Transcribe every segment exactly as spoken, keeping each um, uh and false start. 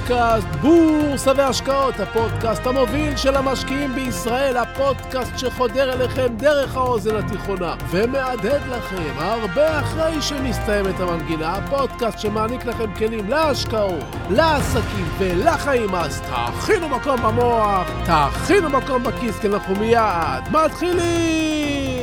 לפודקאסט בורסה והשקעות, הפודקאסט המוביל של המשקיעים בישראל, הפודקאסט שחודר אליכם דרך האוזן התיכונה ומעדד לכם הרבה אחרי שמסתיימת המנגינה, הפודקאסט שמעניק לכם כלים להשקעות, לעסקים ולחיים. אז תכינו מקום במוח, תכינו מקום בכיס, כי אנחנו מיד מתחילים.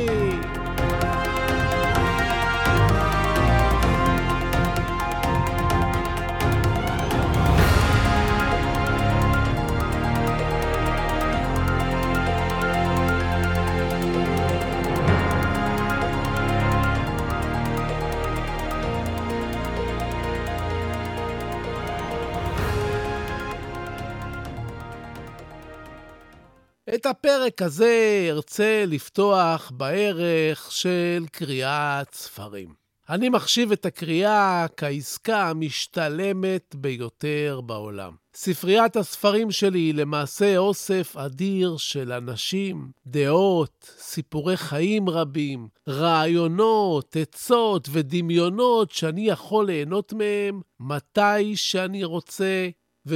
את הפרק הזה ארצה לפתוח בערך של קריאת ספרים. אני מחשיב את הקריאה כעסקה המשתלמת ביותר בעולם. ספריית הספרים שלי היא למעשה אוסף אדיר של אנשים, דעות, סיפורי חיים רבים, רעיונות, עצות ודמיונות שאני יכול ליהנות מהם מתי שאני רוצה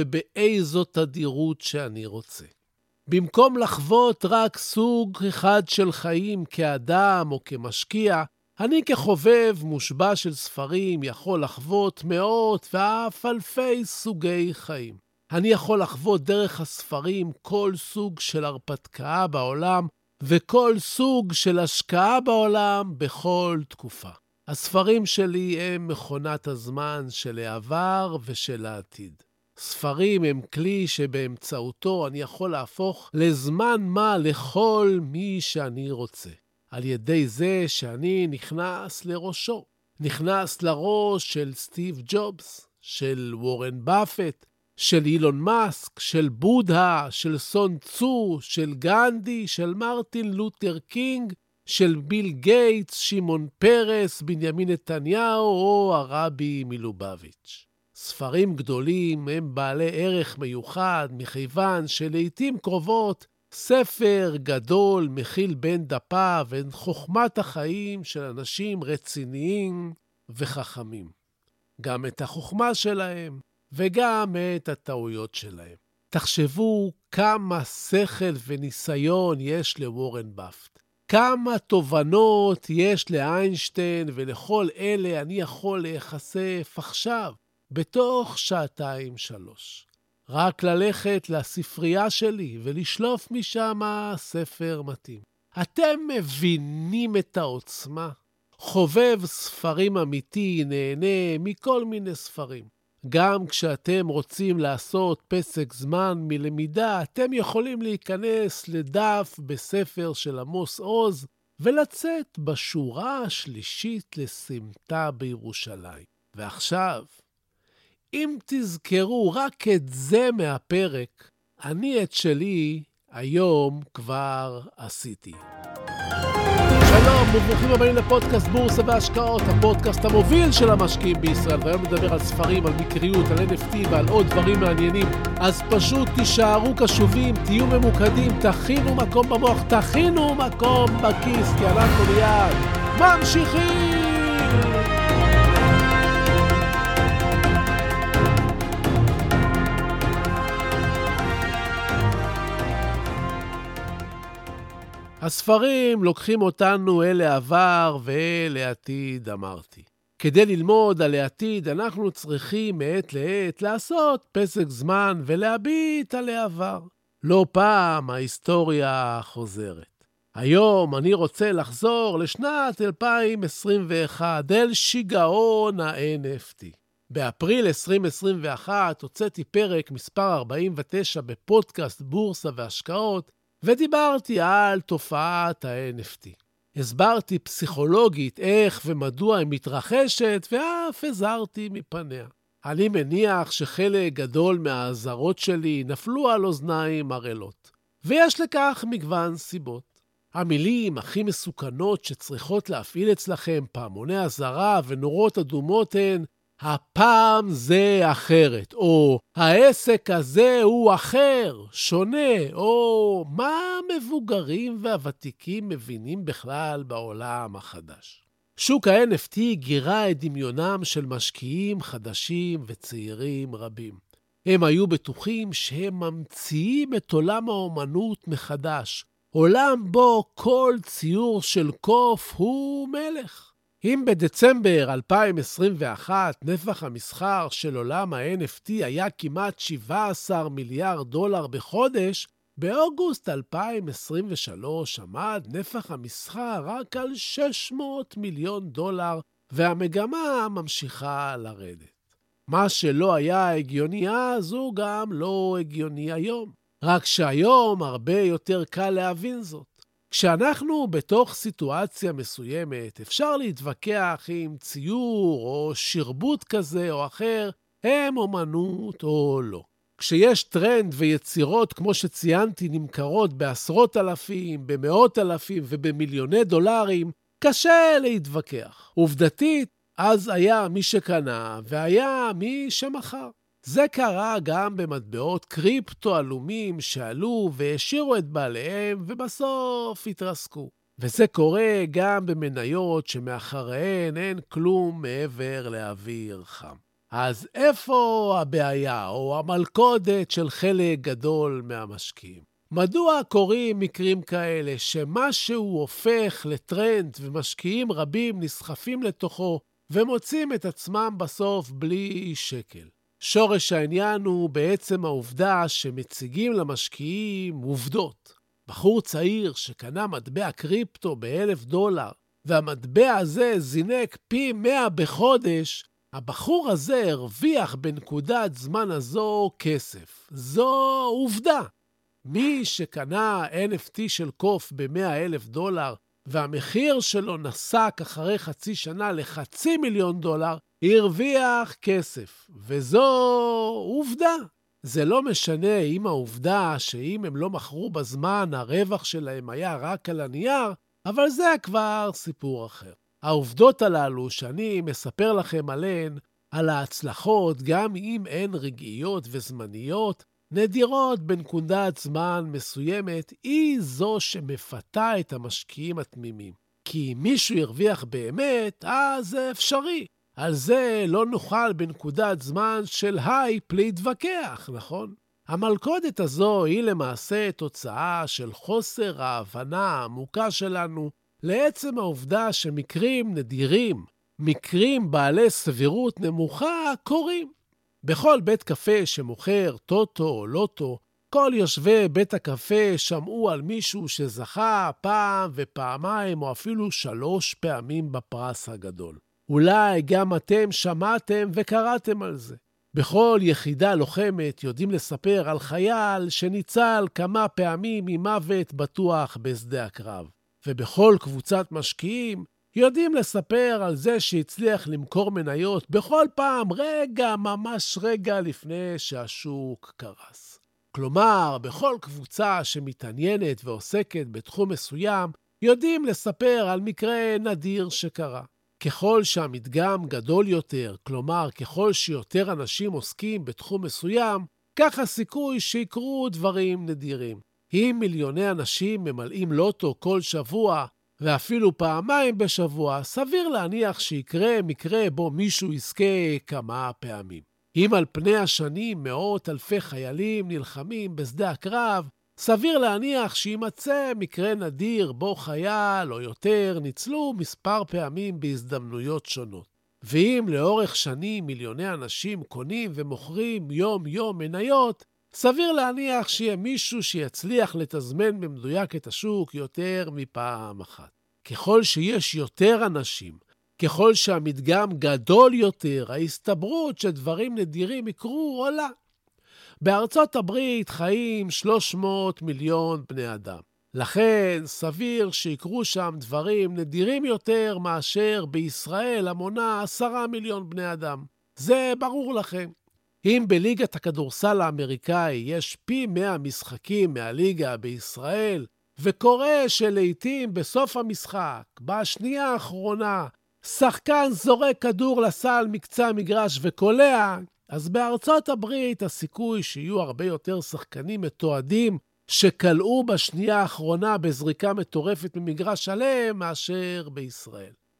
ובאיזו תדירות שאני רוצה. במקום לחוות רק סוג אחד של חיים כאדם או כמשקיע, אני כחובב מושבע של ספרים יכול לחוות מאות ואף אלפי סוגי חיים. אני יכול לחוות דרך הספרים כל סוג של הרפתקה בעולם וכל סוג של השקעה בעולם בכל תקופה. הספרים שלי הם מכונת הזמן של העבר ושל העתיד. ספרים הם כלי שבאמצעותו אני יכול להפוך לזמן מה לכל מי שאני רוצה. על ידי זה שאני נכנס לראשו. נכנס לראש של סטיב ג'ובס, של וורן באפט, של אילון מאסק, של בודה, של סון צו, של גנדי, של מרטין לותר קינג, של ביל גייטס, שמעון פרס, בנימין נתניהו או הרבי מלובביץ'. ספרים גדולים הם בעלי ערך מיוחד מכיוון שלעיתים קרובות ספר גדול מכיל בין דפיו את חוכמת החיים של אנשים רציניים וחכמים. גם את החוכמה שלהם וגם את הטעויות שלהם. תחשבו כמה שכל וניסיון יש לוורן באפט. כמה תובנות יש לאיינשטיין, ולכל אלה אני יכול להיחשף עכשיו. בתוך שעתיים שלוש. רק ללכת לספרייה שלי ולשלוף משם ספר מתאים. אתם מבינים את העוצמה? חובב ספרים אמיתי נהנה מכל מיני ספרים. גם כשאתם רוצים לעשות פסק זמן מלמידה, אתם יכולים להיכנס לדף בספר של עמוס עוז ולצאת בשורה השלישית לסמטה בירושלים. ועכשיו, אם תזכרו רק את זה מהפרק, אני את שלי היום כבר עשיתי. שלום וברוכים הבאים לפודקאסט בורסה והשקעות, הפודקאסט המוביל של המשקיעים בישראל, והיום נדבר על ספרים, על מקריות, על אן אף טי ועל עוד דברים מעניינים. אז פשוט תישארו קשובים, תהיו ממוקדים, תכינו מקום במוח, תכינו מקום בכיס, כי אנחנו מיד ממשיכים. הספרים לוקחים אותנו אל העבר ואל העתיד, אמרתי. כדי ללמוד על העתיד, אנחנו צריכים מעת לעת לעשות פסק זמן ולהביט על העבר. לא פעם ההיסטוריה חוזרת. היום אני רוצה לחזור לשנת אלפיים עשרים ואחת, אל שיגעון ה-אן אף טי. באפריל עשרים עשרים ואחת הוצאתי פרק מספר ארבעים ותשע בפודקאסט בורסה והשקעות, ודיברתי על תופעת ה-אן אף טי. הסברתי פסיכולוגית איך ומדוע היא מתרחשת, ואף הזהרתי מפניה. אני מניח שחלק גדול מהאזהרות שלי נפלו על אוזניים ערלות. ויש לכך מגוון סיבות. המילים הכי מסוכנות שצריכות להפעיל אצלכם פעמוני אזהרה ונורות אדומות הן הפעם זה אחרת, או העסק הזה הוא אחר, שונה, או מה המבוגרים והוותיקים מבינים בכלל בעולם החדש. שוק ה-אן אף טי גירה את דמיונם של משקיעים חדשים וצעירים רבים. הם היו בטוחים שהם ממציאים את עולם האומנות מחדש, עולם בו כל ציור של קוף הוא מלך. אם בדצמבר אלפיים עשרים ואחת נפח המסחר של עולם ה-אן אף טי היה כמעט שבעה עשר מיליארד דולר בחודש, באוגוסט אלפיים עשרים ושלוש עמד נפח המסחר רק על שש מאות מיליון דולר, והמגמה ממשיכה לרדת. מה שלא היה הגיוני אז הוא גם לא הגיוני היום. רק שהיום הרבה יותר קל להבין זאת. כשאנחנו בתוך סיטואציה מסוימת, אפשר להתווכח עם ציור או שרבוט כזה או אחר, הם אומנות או לא. כשיש טרנד ויצירות כמו שציינתי נמכרות בעשרות אלפים, במאות אלפים ובמיליוני דולרים, קשה להתווכח. עובדתית, אז היה מי שקנה והיה מי שמכר. זה קרה גם במטבעות קריפטו עלומים שעלו והשאירו את בעליהם ובסוף התרסקו. וזה קורה גם במניות שמאחריהן אין כלום מעבר לאוויר חם. אז איפה הבעיה או המלכודת של חלק גדול מהמשקיעים? מדוע קורים מקרים כאלה שמשהו הופך לטרנד ומשקיעים רבים נסחפים לתוכו ומוצאים את עצמם בסוף בלי שקל? שורש העניין הוא בעצם העובדה שמציגים למשקיעים עובדות. בחור צעיר שקנה מטבע קריפטו באלף דולר, והמטבע הזה זינק פי מאה בחודש, הבחור הזה הרוויח בנקודת זמן הזו כסף. זו עובדה. מי שקנה אן אף טי של קוף ב-מאה אלף דולר, והמחיר שלו נסק אחרי חצי שנה לחצי מיליון דולר, הרוויח כסף. וזו עובדה. זה לא משנה אם העובדה שאם הם לא מכרו בזמן, הרווח שלהם היה רק על הנייר, אבל זה כבר סיפור אחר. העובדות הללו שאני מספר לכם עליהן, על ההצלחות, גם אם הן רגעיות וזמניות, נדירות בנקודת זמן מסוימת, היא זו שמפתה את המשקיעים התמימים. כי אם מישהו ירוויח באמת, אז זה אפשרי. על זה לא נוכל בנקודת זמן של הייפ להתווכח, נכון? המלכודת הזו היא למעשה תוצאה של חוסר ההבנה העמוקה שלנו לעצם העובדה שמקרים נדירים, מקרים בעלי סבירות נמוכה, קורים. בכל בית קפה שמוכר טוטו או לוטו, כל יושבי בית הקפה שמעו על מישהו שזכה פעם ופעמיים או אפילו שלוש פעמים בפרס הגדול. אולי גם אתם שמעתם וקראתם על זה. בכל יחידה לוחמת יודעים לספר על חייל שניצל כמה פעמים ממוות בטוח בשדה הקרב. ובכל קבוצת משקיעים יודעים לספר על זה שהצליח למכור מניות בכל פעם רגע, ממש רגע לפני שהשוק קרס. כלומר, בכל קבוצה שמתעניינת ועוסקת בתחום מסוים, יודעים לספר על מקרה נדיר שקרה. ככל שהמדגם גדול יותר, כלומר, ככל שיותר אנשים עוסקים בתחום מסוים, כך הסיכוי שיקרו דברים נדירים. אם מיליוני אנשים ממלאים לוטו כל שבוע, ואפילו פעמיים בשבוע, סביר להניח שיקרה מקרה בו מישהו יזכה כמה פעמים. אם על פני השנים מאות אלפי חיילים נלחמים בשדה הקרב, סביר להניח שימצא מקרה נדיר בו חייל או יותר ניצלו מספר פעמים בהזדמנויות שונות. ואם לאורך שנים מיליוני אנשים קונים ומוכרים יום-יום מניות, סביר להניח שיהיה מישהו שיצליח לתזמן במדויק את השוק יותר מפעם אחת. ככל שיש יותר אנשים, ככל שהמדגם גדול יותר, ההסתברות שדברים נדירים יקרו עולה. בארצות הברית חיים שלוש מאות מיליון בני אדם. לכן סביר שיקרו שם דברים נדירים יותר מאשר בישראל המונה עשרה מיליון בני אדם. זה ברור לכם. אם בליגת הכדורסל האמריקאי יש פי מאה משחקים מהליגה בישראל, וקורה שלעיתים בסוף המשחק, בשנייה האחרונה, שחקן זורק כדור לסל מקצה המגרש וקולע, אז בארצות הברית הסיכוי שיהיו הרבה יותר שחקנים מתועדים שקלעו בשנייה האחרונה בזריקה מטורפת ממגרש שלם מאשר בישראל.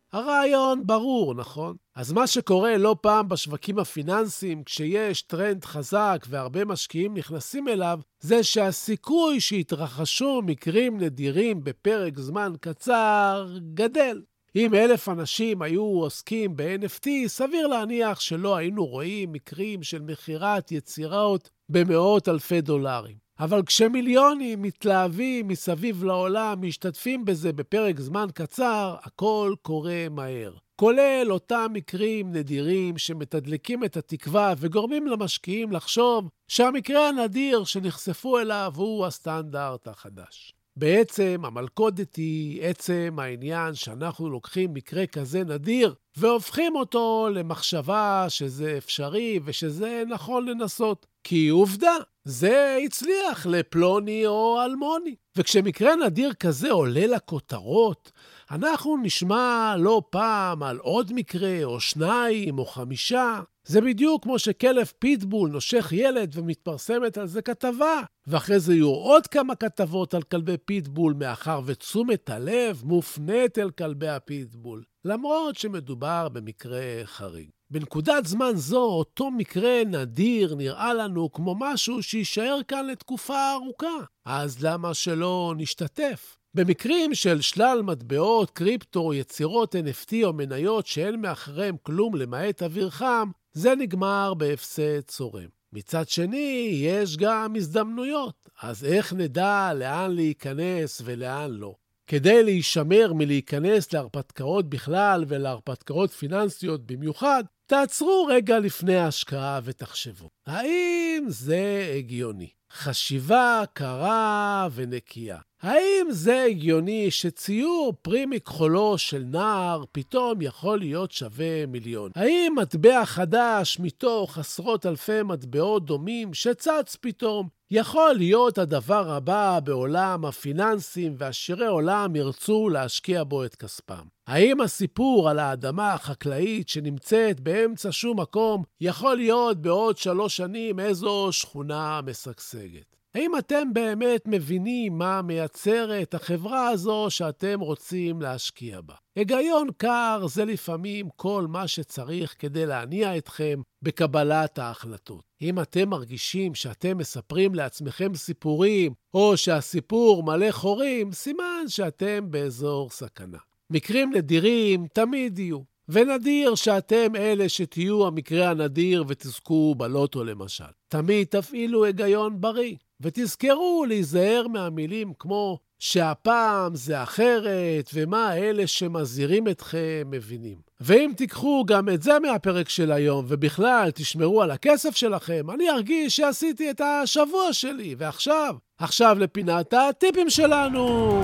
הרעיון ברור, נכון? אז מה שקורה לא פעם בשווקים הפיננסיים, כשיש טרנד חזק והרבה משקיעים נכנסים אליו, זה שהסיכוי שהתרחשו מקרים נדירים בפרק זמן קצר גדל. אם אלף אנשים היו עוסקים ב-אן אף טי, סביר להניח שלא היינו רואים מקרים של מחירת יצירות במאות אלפי דולרים. אבל כשמיליונים מתלהבים מסביב לעולם, משתתפים בזה בפרק זמן קצר, הכל קורה מהר. כולל אותם מקרים נדירים שמתדלקים את התקווה וגורמים למשקיעים לחשוב שהמקרה הנדיר שנחשפו אליו הוא הסטנדרט החדש. בעצם המלכודת היא עצם העניין שאנחנו לוקחים מקרה כזה נדיר והופכים אותו למחשבה שזה אפשרי ושזה נכון לנסות. כי עובדה, זה הצליח לפלוני או אלמוני. וכשמקרה נדיר כזה עולה לכותרות, אנחנו נשמע לא פעם על עוד מקרה או שניים או חמישה. זה בדיוק כמו שכלב פיטבול נושך ילד ומתפרסמת על זה כתבה, ואחרי זה יהיו עוד כמה כתבות על כלבי פיטבול, מאחר ותשומת הלב מופנית אל כלבי הפיטבול, למרות שמדובר במקרה חריג. בנקודת זמן זו, אותו מקרה נדיר נראה לנו כמו משהו שישאר כאן לתקופה ארוכה. אז למה שלא נשתתף? במקרים של שלל מטבעות, קריפטו, יצירות אן אף טי או מניות שאין מאחריהם כלום למעט אוויר חם, זה נגמר בהפסד צורם. מצד שני, יש גם הזדמנויות. אז איך נדע לאן להיכנס ולאן לא? כדי להישמר מלהיכנס להרפתקאות בכלל ולהרפתקאות פיננסיות במיוחד, תעצרו רגע לפני ההשקעה ותחשבו. האם זה הגיוני? חשיבה קרה ונקייה. האם זה הגיוני שציור פרי מכחולו של נער פתאום יכול להיות שווה מיליון? האם מטבע חדש מתוך עשרות אלפי מטבעות דומים שצץ פתאום יכול להיות הדבר הבא בעולם הפיננסים ועשירי עולם ירצו להשקיע בו את כספם? האם הסיפור על האדמה החקלאית שנמצאת באמצע שום מקום יכול להיות בעוד שלוש שנים איזו שכונה משגשגת? האם אתם באמת מבינים מה מייצרת החברה הזו שאתם רוצים להשקיע בה? היגיון קר זה לפעמים כל מה שצריך כדי להניע אתכם בקבלת ההחלטות. אם אתם מרגישים שאתם מספרים לעצמכם סיפורים, או שהסיפור מלא חורים, סימן שאתם באזור סכנה. מקרים נדירים תמיד יהיו, ונדיר שאתם אלה שתהיו המקרה הנדיר ותזכו בלוטו למשל. תמיד תפעילו היגיון בריא. ותזכרו להיזהר מהמילים כמו שהפעם זה אחרת ומה אלה שמזהירים אתכם מבינים. ואם תיקחו גם את זה מהפרק של היום ובכלל תשמרו על הכסף שלכם, אני ארגיש שעשיתי את השבוע שלי. ועכשיו, עכשיו לפינת הטיפים שלנו.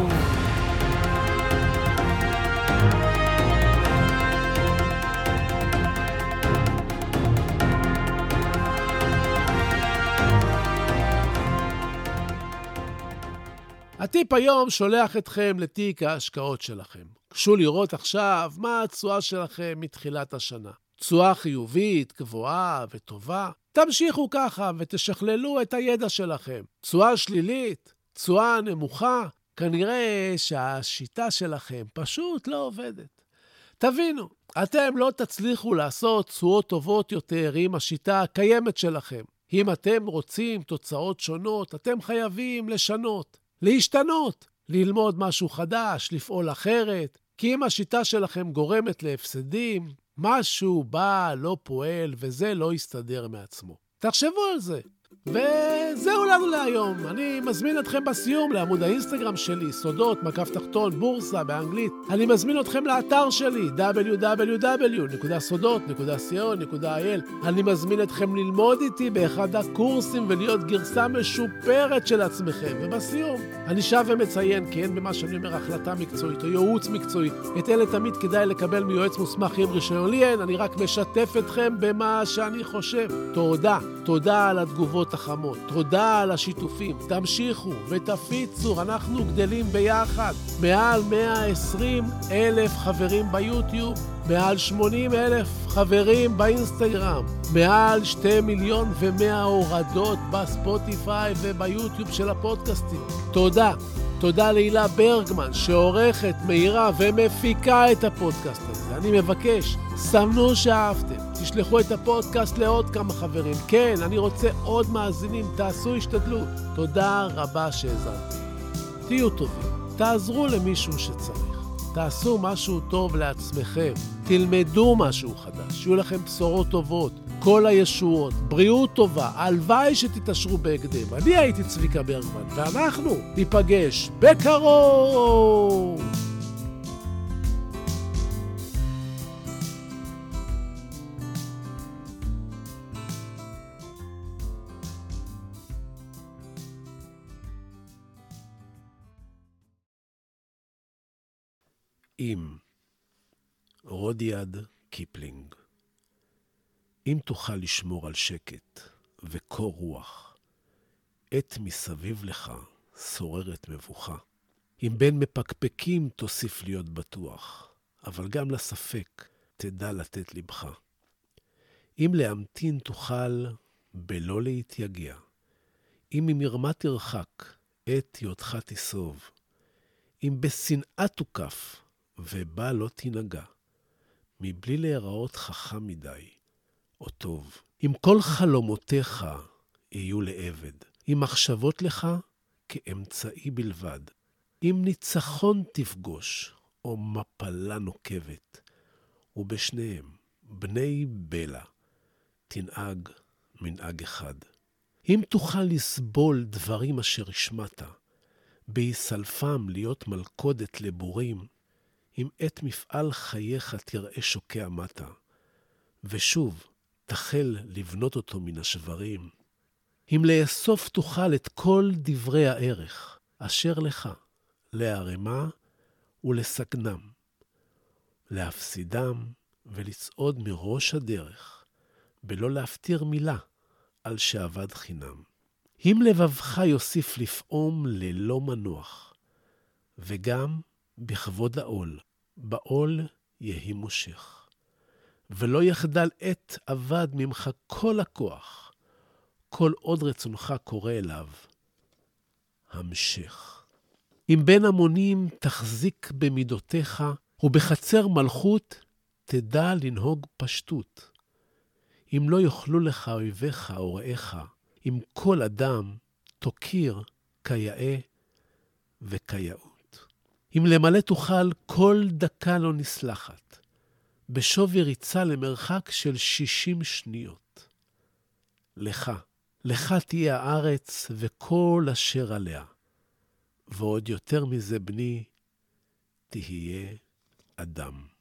הטיפ היום שולח אתכם לתיק ההשקעות שלכם. קשו לראות עכשיו מה התשואה שלכם מתחילת השנה. תשואה חיובית, גבוהה וטובה. תמשיכו ככה ותשכללו את הידע שלכם. תשואה שלילית, תשואה נמוכה, כנראה שהשיטה שלכם פשוט לא עובדת. תבינו, אתם לא תצליחו לעשות תשואות טובות יותר עם השיטה הקיימת שלכם. אם אתם רוצים תוצאות שונות, אתם חייבים לשנות. להשתנות, ללמוד משהו חדש, לפעול אחרת, כי אם השיטה שלכם גורמת להפסדים, משהו בא, לא פועל, וזה לא יסתדר מעצמו. תחשבו על זה. וזהו לנו להיום. אני מזמין אתכם בסיום לעמוד האינסטגרם שלי, סודות, מקף תחתון, בורסה באנגלית. אני מזמין אתכם לאתר שלי, דאבליו דאבליו דאבליו נקודה סודות נקודה סי או נקודה איי אל. אני מזמין אתכם ללמוד איתי באחד הקורסים ולהיות גרסה משופרת של עצמכם. ובסיום, אני שב ומציין, כי אין במה שאני אומר החלטה מקצועית או ייעוץ מקצועי. את אלה תמיד כדאי לקבל מיועץ מוסמך עם רישיון. לי אין, אני רק משתף אתכם במה שאני חושב. תודה, תודה על התגובות החמות. תודה על השיתופים. תמשיכו ותפיצו, אנחנו גדלים ביחד. מעל מאה ועשרים אלף חברים ביוטיוב, מעל שמונים אלף חברים באינסטגרם, מעל שתי מיליון ומאה הורדות בספוטיפיי וביוטיוב של הפודקאסטים. תודה. תודה להילה ברגמן שעורכת, מהירה ומפיקה את הפודקאסט הזה. ואני מבקש, סמנו שאהבתם, תשלחו את הפודקאסט לעוד כמה חברים. כן, אני רוצה עוד מאזינים, תעשו השתדלות. תודה רבה שהזנתם. תהיו טובים, תעזרו למישהו שצריך. תעשו משהו טוב לעצמכם, תלמדו משהו חדש, שיהיו לכם בשורות טובות, כל הישועות, בריאות טובה, הלוואי שתתעשרו בהקדם. אני הייתי צביקה ברגמן, ואנחנו ניפגש בקרוב! אם רודיעד קיפלינג, אם תוכל לשמור על שקט וקור רוח, עת מסביב לך שוררת מבוכה. אם בין מפקפקים תוסיף להיות בטוח, אבל גם לספק תדע לתת לבך. אם להמתין תוכל בלא להתייגע, אם ממרמה תרחק עת היותך תסוב, אם בשנאה תוקף ובה לא תנגע, מבלי להיראות חכם מדי או טוב. אם כל חלומותיך יהיו לעבד, אם מחשבות לך כאמצעי בלבד, אם ניצחון תפגוש או מפלה נוקבת, ובשניהם בני בלה תנהג מנהג אחד. אם תוכל לסבול דברים אשר השמעת, בהיסלפם להיות מלכודת לבורים, אם עת מפעל חייך תראה שוקע מטה, ושוב תחל לבנות אותו מן השברים, אם לאסוף תוכל את כל דברי הערך, אשר לך, להרמה ולסגנם, להפסידם ולצעוד מראש הדרך, בלא להפתיר מילה על שעבד חינם. אם לבבך יוסיף לפעום ללא מנוח, וגם בכבוד העול, בעול יהי מושך, ולא יחדל עת עבד ממך כל הכוח, כל עוד רצונך קורא אליו, המשך. אם בין המונים תחזיק במידותיך, ובחצר מלכות תדע לנהוג פשטות. אם לא יוכלו לך אויביך או רעיך, אם כל אדם תוקיר כיאה וכיאות. אם למלא תוכל כל דקה לא נסלחת, בשווי ריצה למרחק של שישים שניות. לך, לך תהיה הארץ וכל אשר עליה, ועוד יותר מזה בני, תהיה אדם.